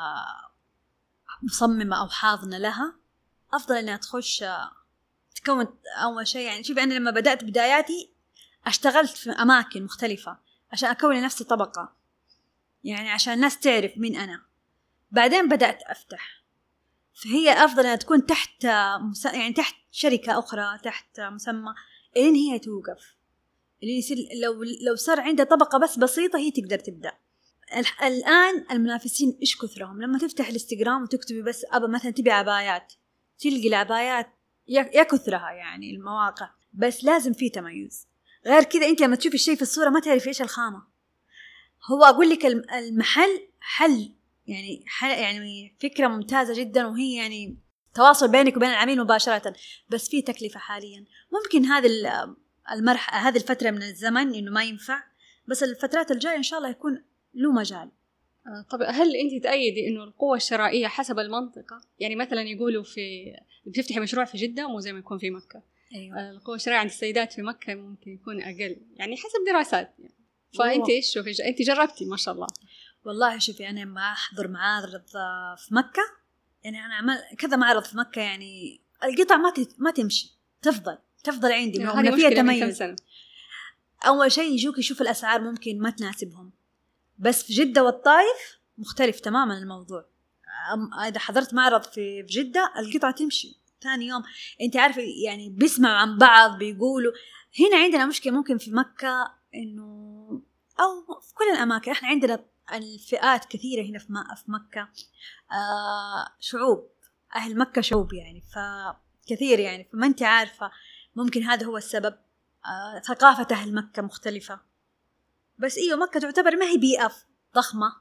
مصممة أو حاضنة لها، أفضل أنها تخش تكون أول شيء. يعني شوفي أنا لما بدأت بداياتي اشتغلت في أماكن مختلفة عشان أكون لنفسي طبقة، يعني عشان الناس تعرف مين أنا. بعدين بدأت أفتح، فهي أفضل أنها تكون تحت مس... يعني تحت شركة أخرى، تحت مسمى، إلين هي توقف، إلين يصير لو لو صار عندها طبقة بس بسيطة هي تقدر تبدأ. الآن المنافسين إيش كثرهم، لما تفتح الانستغرام وتكتبي بس أبا مثلا تبي عبايات، تلقي العبايات يا كثرها يعني المواقع، بس لازم في تميز. غير كذا أنت لما تشوفي الشيء في الصورة ما تعرفي إيش الخامة. هو أقول لك المحل حل يعني حل يعني فكرة ممتازة جدا، وهي يعني تواصل بينك وبين العميل مباشرة، بس في تكلفة حاليا. ممكن هذه المرحلة هذه الفترة من الزمن إنه ما ينفع، بس الفترات الجاية إن شاء الله يكون له مجال. طب هل أنت تأيدي إنه القوة الشرائية حسب المنطقة؟ يعني مثلا يقولوا في بتفتحي مشروع في جدة مو زي ما يكون في مكة. أيوة. القوة الشرائية عند السيدات في مكة ممكن يكون أقل، يعني حسب دراسات يعني. فأنت إيش شوفي، أنت جربتي ما شاء الله. والله شوفي أنا ما أحضر معارض في مكة، يعني أنا عمل كذا معرض في مكة، يعني القطع ما ما تمشي، تفضل تفضل عندي يعني فيها تميز. أول شيء يجوك يشوف الأسعار ممكن ما تناسبهم، بس في جدة والطائف مختلف تماما الموضوع. إذا حضرت معرض في جدة القطعة تمشي ثاني يوم، أنت عارفة يعني بيسمعوا عن بعض بيقولوا. هنا عندنا مشكلة ممكن في مكة إنه أو في كل الأماكن، إحنا عندنا الفئات كثيرة هنا في مكة، آه شعوب، أهل مكة شعوب يعني فكثير يعني، فما أنت عارفة ممكن هذا هو السبب. آه ثقافة أهل مكة مختلفة، بس إيوه مكة تعتبر ما هي بيئة ضخمة،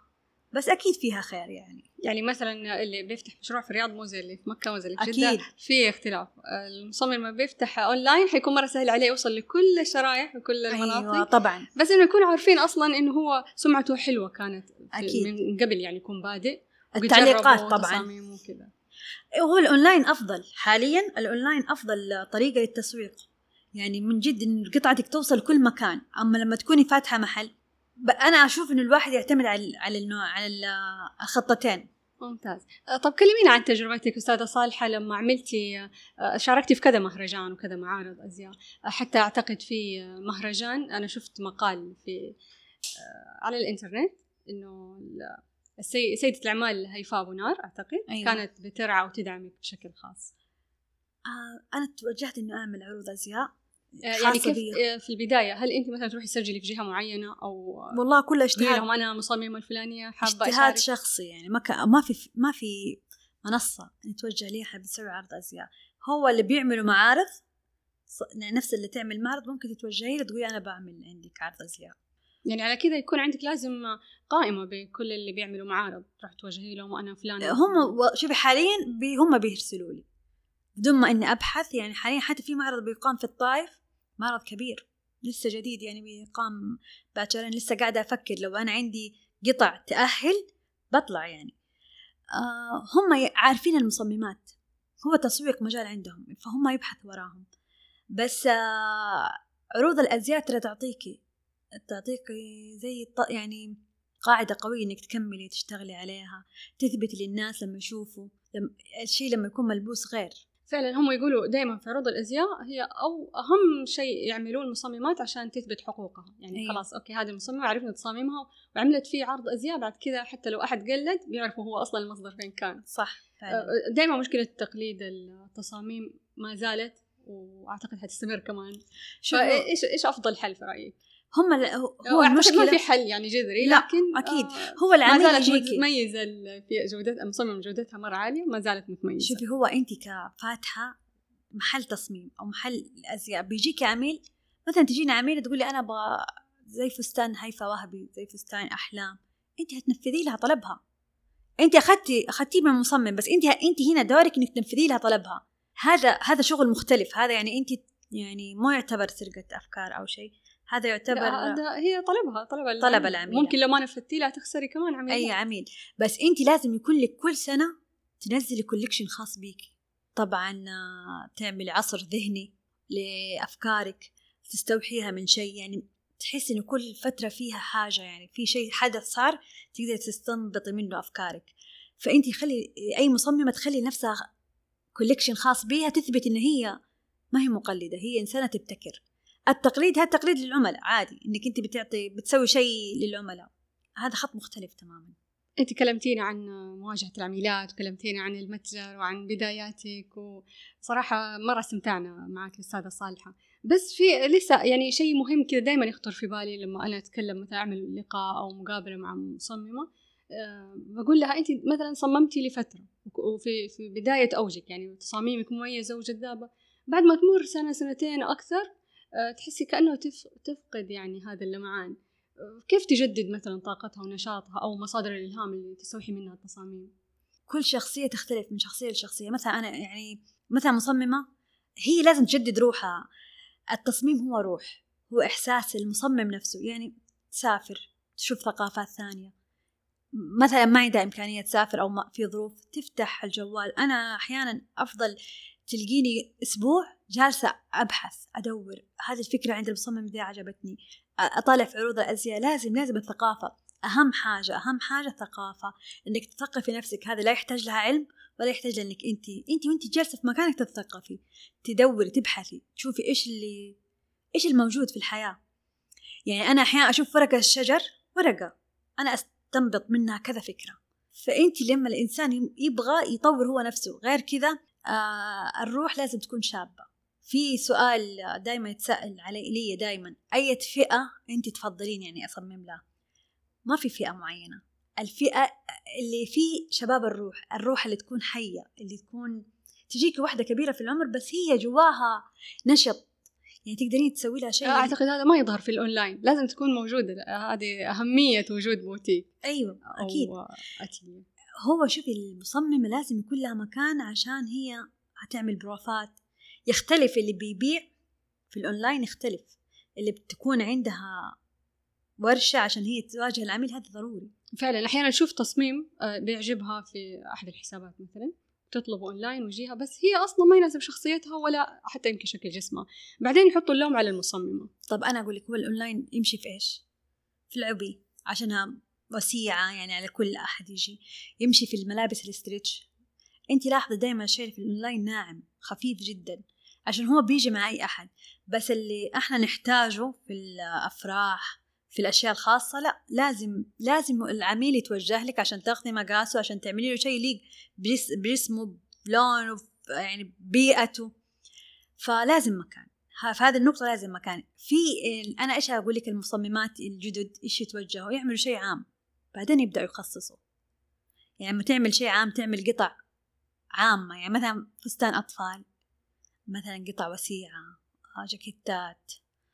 بس أكيد فيها خير يعني. يعني مثلا اللي بيفتح مشروع في الرياض مو زي اللي في مكة، مو زي اللي في جدة، في اختلاف. المصمم لما بيفتح أونلاين حيكون مرة سهل عليه يوصل لكل الشرائح وكل المناطق. أيوة طبعا، بس إنه يكونوا عارفين أصلا إنه هو سمعته حلوة كانت أكيد من قبل، يعني يكون بادئ، التعليقات طبعا تصاميم وكذا. هو الأونلاين أفضل حاليا، الأونلاين أفضل طريقة للتسويق، يعني من جد إن قطعتك توصل كل مكان. أما لما تكوني فاتحة محل، أنا أشوف إنه الواحد يعتمد على على النوع، على الخطتين. ممتاز. طب كلمينا عن تجربتك أستاذة صالحة لما عملتي شاركتي في كذا مهرجان وكذا معارض أزياء، حتى أعتقد في مهرجان أنا شفت مقال في على الإنترنت إنه السي... سيدة الأعمال هيفاء أبو نار أعتقد. أيوة. كانت بترعى وتدعمك بشكل خاص. آه أنا توجهت إنه أعمل عروض أزياء يعني كيف في البداية؟ هل أنت مثلا تروحي تسجلي في جهة معينة أو والله كل اجتهاد لهم أنا مصممة الفلانية حابة اجتهاد شخصي يعني ما ك... ما في ما في منصة نتوجه ليها حابة تسوي عرض أزياء. هو اللي بيعملوا معارض يعني نفس اللي تعمل معرض ممكن تتوجهي له تقولي أنا بعمل عندك عرض أزياء. يعني على كذا يكون عندك لازم قائمة بكل اللي بيعملوا معارض راح توجهي لهم وأنا فلان. هم شوفي حاليا بي هم بيرسلوا لي بدون ما إني أبحث. يعني حاليا حتى في معرض بيقام في الطائف، معرض كبير لسه جديد يعني بيقام بعد شهرين، لسه قاعدة أفكر لو أنا عندي قطع تأهل بطلع يعني. آه هم عارفين المصممات، هو تسويق مجال عندهم فهم يبحثوا وراهم. بس آه عروض الأزياء ترى تعطيكي تعطيكي زي يعني قاعدة قوية إنك تكملي تشتغلي عليها، تثبت للناس لما يشوفوا لما الشيء لما يكون ملبوس غير. فعلا هم يقولوا دائما في عروض الأزياء هي أو أهم شيء يعملوه المصممات عشان تثبت حقوقها. يعني أيوة. خلاص أوكي هذه المصممة عرفنا تصاميمها وعملت فيه عرض أزياء، بعد كذا حتى لو أحد قلد بيعرفوا هو أصلا المصدر فين كان. صح فعلا. دائما مشكلة تقليد التصاميم ما زالت وأعتقد هتستمر كمان. فإيش إيش أفضل حل في رأيك؟ هم هو المشكلة ما في حل يعني جذري، لكن أكيد آه هو العميل ما زالت متميزة في جودة المصمم، جودتها مرة عالية ما زالت متميزة. شوفي هو أنت كفاتحة محل تصميم أو محل أزياء بيجيك عميل مثلا، تجينا عميل تقولي أنا أبغى زي فستان هيفاء وهبي، زي فستان أحلام، أنت هتنفذي لها طلبها. أنت أخذتي أخذتي من المصمم بس أنت أنت هنا دورك إنك تنفذي لها طلبها. هذا هذا شغل مختلف. هذا يعني أنت يعني ما يعتبر سرقة أفكار أو شيء، هذا يعتبر هذا هي طلبها طلب طلب العميل. ممكن لو ما نفذتي لها تخسري كمان عميل. أي عميل. بس أنت لازم يكون لك كل سنة تنزلي كوليكشن خاص بيك. طبعا تعمل عصر ذهني لأفكارك تستوحيها من شيء، يعني تحس إنه كل فترة فيها حاجة، يعني في شيء حدث صار تقدر تستنبطي منه أفكارك. فأنت خلي أي مصممة تخلي نفسها كوليكشن خاص بيها، تثبت إن هي ما هي مقلدة، هي إنسانة تبتكر. التقليد هذا تقليد للعملاء عادي، إنك أنت بتعطي بتسوي شيء للعملاء، هذا خط مختلف تماماً. أنت كلمتينا عن مواجهة العميلات وكلمتينا عن المتجر وعن بداياتك، وصراحة مرة استمتعنا معك أستاذة صالحة. بس في لسه يعني شيء مهم كذا دايما يخطر في بالي لما أنا أتكلم مثلا أعمل لقاء أو مقابلة مع مصممة، أه بقول لها أنت مثلا صممتي لفترة وفي في بداية أوجك يعني تصاميمك مميزة وجذابة، بعد ما تمر سنة سنتين أكثر أه تحسي كأنه تفقد يعني هذا اللمعان. كيف تجدد مثلا طاقتها ونشاطها أو مصادر الإلهام اللي تستوحي منها التصاميم؟ كل شخصية تختلف من شخصية لشخصية. مثلا أنا يعني مثلا مصممة هي لازم تجدد روحها. التصميم هو روح، هو إحساس المصمم نفسه. يعني تسافر تشوف ثقافات ثانية، مثلا ما عندها إمكانية تسافر أو ما في ظروف، تفتح الجوال. أنا أحيانا أفضل تلقيني أسبوع جالسة أبحث أدور هذه الفكرة عند المصمم ذي عجبتني، أطالع في عروض الأزياء. لازم لازم الثقافة أهم حاجة، أهم حاجة ثقافة، إنك تثقفي نفسك. هذا لا يحتاج لها علم ولا يحتاج لأنك أنت أنت وأنت جالسة في مكانك تتثقفي، تدوري، تبحثي، تشوفي إيش اللي إيش الموجود في الحياة. يعني أنا أحيانا أشوف ورقة الشجر، ورقة أنا أستنبط منها كذا فكرة. فأنت لما الإنسان يبغى يطور هو نفسه، غير كذا آه الروح لازم تكون شابة. في سؤال دايما يتسأل علي لي دايما، أي فئة أنت تفضلين يعني أصمم لها؟ ما في فئة معينة. الفئة اللي في شباب الروح، الروح اللي تكون حية، اللي تكون تجيك واحدة كبيرة في العمر بس هي جواها نشط، يعني تقدرين تسوي لها شيء. أعتقد هذا ما يظهر في الأونلاين، لازم تكون موجودة، هذه أهمية وجود بوتيك. أيوة أكيد. أتلي. هو شوفي المصممة لازم يكون لها مكان عشان هي هتعمل بروفات. يختلف اللي بيبيع في الأونلاين، يختلف اللي بتكون عندها ورشة عشان هي تواجه العميل، هذا ضروري. فعلا أحيانا نشوف تصميم بيعجبها في أحد الحسابات مثلا، تطلب أونلاين ويجيها بس هي أصلا ما يناسب شخصيتها ولا حتى يمكن شكل جسمها، بعدين يحطوا اللوم على المصممة. طب أنا أقول لك، هو الأونلاين يمشي في إيش؟ في العبي عشانها وسيعة يعني على كل أحد يجي، يمشي في الملابس الاستريتش. أنت لاحظة دايما الشيء في الأونلاين ناعم خفيف جدا عشان هو بيجي مع أي أحد، بس اللي إحنا نحتاجه في الأفراح في الأشياء الخاصة لا، لازم لازم العميل يتوجه لك عشان تاخذي مقاسه، عشان تعملي له شيء يليق بجسمه بلونه يعني بيئته، فلازم مكان. في هذه النقطة لازم مكان. في أنا إيش أقول لك، المصممات الجدد إيش يتوجهوا يعملوا شيء عام بعدين يبدأوا يخصصوا. يعني ما تعمل شيء عام تعمل قطع عامة، يعني مثلا فستان أطفال، مثلا قطع وسيعة، جاكيتات،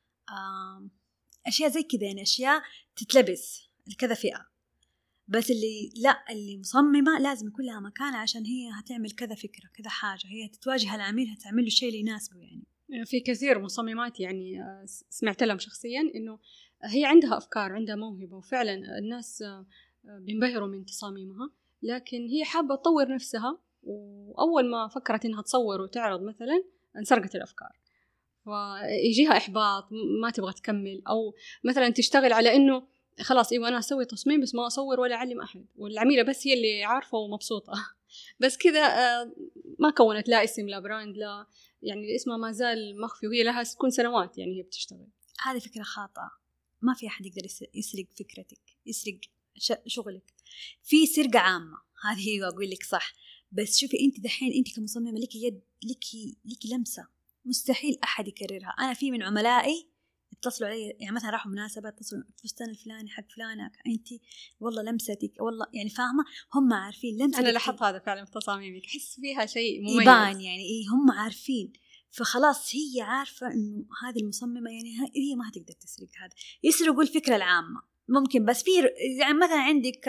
أشياء زي كذا، يعني أشياء تتلبس لكذا فئة. بس اللي لا، اللي مصممة لازم يكون لها مكان عشان هي هتعمل كذا فكرة كذا حاجة، هي تتواجه العميل هتعمل له الشيء اللي يناسبه. يعني في كثير مصممات يعني سمعت لهم شخصيا إنه هي عندها أفكار، عندها موهبة، وفعلا الناس بينبهروا من تصاميمها، لكن هي حابة تطور نفسها، وأول ما فكرت إنها تصور وتعرض مثلا انسرقت الأفكار، فيجيها إحباط، ما تبغى تكمل، أو مثلا تشتغل على إنه خلاص إيوه أنا أسوي تصميم بس ما أصور ولا أعلم أحد، والعميلة بس هي اللي عارفة ومبسوطة. بس كذا ما كونت لا اسم لا براند لا، يعني اسمها ما زال مخفي، وهي لها تكون سنوات يعني هي بتشتغل. هذه فكرة خاطئة، ما في أحد يقدر يسرق فكرتك، يسرق شغلك. في سرقة عامة هذه هي أقول لك صح، بس شوفي أنت دحين أنت كمصممة لك يد، لك لك لمسة مستحيل أحد يكررها. أنا في من عملائي اتصلوا علي يعني مثلا راحوا مناسبة اتصلوا الفستان الفلاني حق فلانة أنت والله لمستك والله، يعني فاهمة هم عارفين لمستك. أنا لاحظت هذا فعلا في تصاميمك، أحس فيها شيء مميز يبان يعني إيه، هم عارفين، فخلاص هي عارفة إنه هذه المصممة يعني هي ما هتقدر تسرق هذا. يسرقوا الفكرة العامة ممكن، بس في يعني مثلا عندك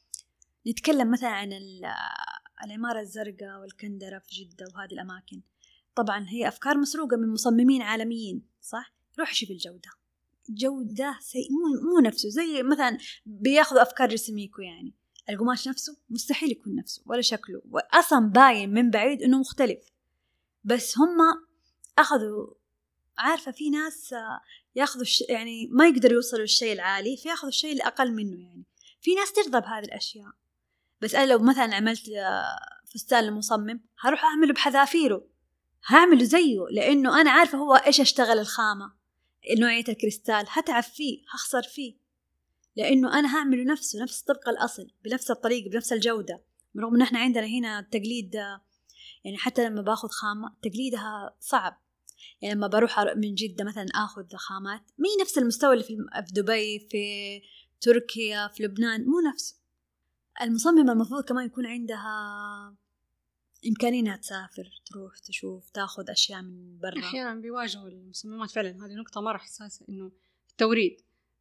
نتكلم مثلا عن العمارة الزرقاء والكندرة في جدة وهذه الأماكن، طبعا هي أفكار مسروقة من مصممين عالميين صح؟ روح شوف الجودة، جودة سيء، مو, مو نفسه. زي مثلا بياخذوا أفكار رسميكو، يعني القماش نفسه مستحيل يكون نفسه ولا شكله، وأصلا باين من بعيد إنه مختلف، بس هم أخذوا عارفة في ناس ياخذوا يعني ما يقدروا يوصلوا الشيء العالي فياخذوا الشيء الأقل منه. يعني في ناس ترضى بهذه الأشياء، بس أنا لو مثلا عملت فستان لمصمم هروح أعمله بحذافيره، هعمله زيه، لأنه أنا عارفة هو إيش أشتغل الخامة، نوعية الكريستال، هتعب فيه هخسر فيه، لأنه أنا هعمله نفسه نفس طبق الأصل بنفس الطريقة بنفس الجودة. رغم إن إحنا عندنا هنا التقليد، يعني حتى لما باخذ خامة تقليدها صعب، يعني لما بروح من جدة مثلا أخذ خامات مي نفس المستوى اللي في دبي في تركيا في لبنان، مو نفسه. المصممة المفروض كمان يكون عندها إمكانية إنها تسافر تروح تشوف تأخذ أشياء من برا. أحيانا بيواجهوا المصممات فعلا هذه نقطة مرة حساسة، إنه التوريد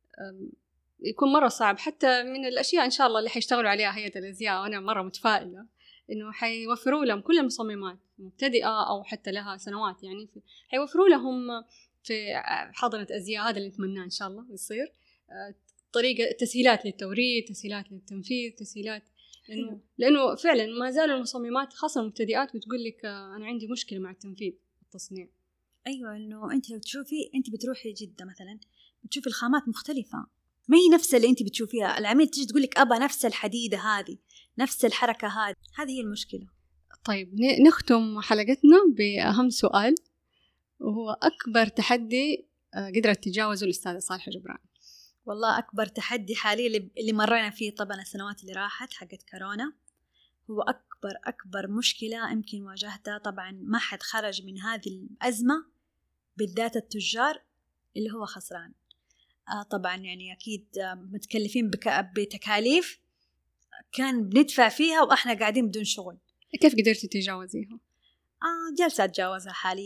يكون مرة صعب، حتى من الأشياء إن شاء الله اللي حيشتغلوا عليها هيئة الأزياء، وأنا مرة متفائلة إنه حيوفروا لهم كل المصممات مبتدئة أو حتى لها سنوات، يعني حيوفروا لهم في حاضنة أزياء، هذا اللي نتمناه إن شاء الله يصير، طريقة تسهيلات للتوريد، تسهيلات للتنفيذ، تسهيلات، لأنه, لأنه فعلا ما زالوا المصممات خاصة المبتدئات بتقول لك أنا عندي مشكلة مع التنفيذ والتصنيع. أيوة، إنه أنت لو تشوفي أنت بتروحي جدة مثلا بتشوفي الخامات مختلفة، ما هي نفس اللي أنت بتشوفيها، العميل تيجي تقول لك أبا نفس الحديدة هذه نفس الحركة هذه، هذه هي المشكلة. طيب نختم حلقتنا بأهم سؤال، وهو أكبر تحدي قدرت تتجاوزه الأستاذة صالحة جبران؟ والله أكبر تحدي حاليا اللي مرينا فيه طبعا السنوات اللي راحت حقت كورونا، هو أكبر أكبر مشكلة يمكن واجهتها. طبعا ما حد خرج من هذه الأزمة بالذات التجار اللي هو خسران. آه طبعا يعني أكيد متكلفين بتكاليف كان بندفع فيها وإحنا قاعدين بدون شغل. كيف قدرتي تتجاوزيها؟ آه جالسة أتجاوزها حاليا،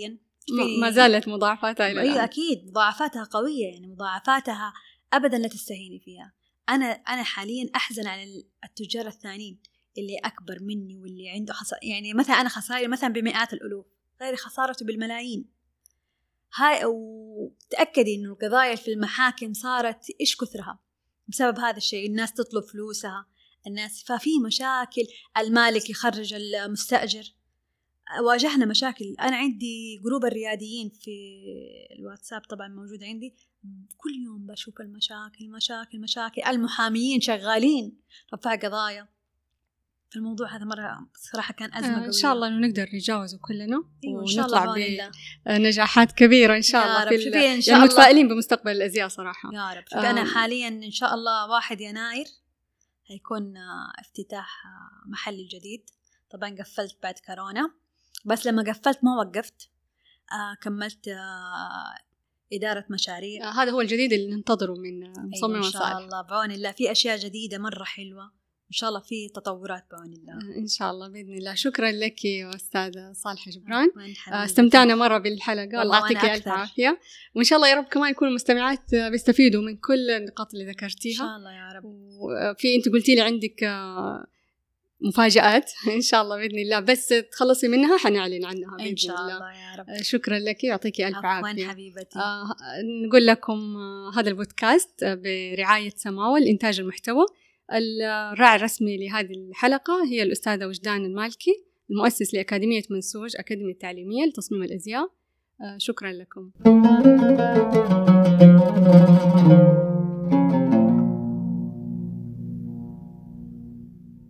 ما زالت مضاعفاتها إلى الآن. أيوة أكيد مضاعفاتها قوية، يعني مضاعفاتها أبدا لا تستهيني فيها. أنا أنا حاليا أحزن على التجار الثانيين اللي أكبر مني واللي عنده خسارة، يعني مثلا أنا خساري مثلا بمئات الألوف، غيري خسارته بالملايين. هاي وتأكدي إنه القضايا في المحاكم صارت إيش كثرها بسبب هذا الشيء، الناس تطلب فلوسها، الناس ففي مشاكل، المالك يخرج المستأجر. واجهنا مشاكل. أنا عندي جروب الرياديين في الواتساب طبعا موجود عندي، كل يوم بشوف المشاكل مشاكل مشاكل، المحاميين شغالين رفع قضايا. فالموضوع هذا مرة صراحة كان أزمة قوية. إن شاء الله إنه نقدر نتجاوزه كلنا أيوة ونطلع بنجاحات كبيرة إن شاء الله. في إن شاء يعني الله متفائلين بمستقبل الأزياء صراحة يا رب. أنا حاليا إن شاء الله واحد يناير هيكون افتتاح محلي الجديد. طبعا قفلت بعد كورونا، بس لما قفلت ما وقفت، آه كملت آه إدارة مشاريع. آه هذا هو الجديد اللي ننتظره من مصمم أيوة إن صالح. شاء الله بعون الله في أشياء جديدة مرة حلوة، إن شاء الله في تطورات بعون الله. آه إن شاء الله بإذن الله. شكرا لك يا أستاذة صالحة جبران، آه استمتعنا مرة بالحلقة، الله يعطيك ألف عافية، وإن شاء الله يا رب كمان يكون المستمعات بيستفيدوا من كل النقاط اللي ذكرتيها إن شاء الله يا رب. وفي أنت قلتي لي عندك آه مفاجآت إن شاء الله بإذن الله، بس تخلصي منها حنعلن عنها بإذن إن شاء الله. الله يا رب. شكرا لك، يعطيكي ألف عافية. عفواً حبيبتي. آه نقول لكم آه هذا البودكاست برعاية سماوة لإنتاج المحتوى. الراعي الرسمي لهذه الحلقة هي الأستاذة وجدان المالكي، المؤسس لأكاديمية منسوج، أكاديمية تعليمية لتصميم الأزياء. آه شكرا لكم.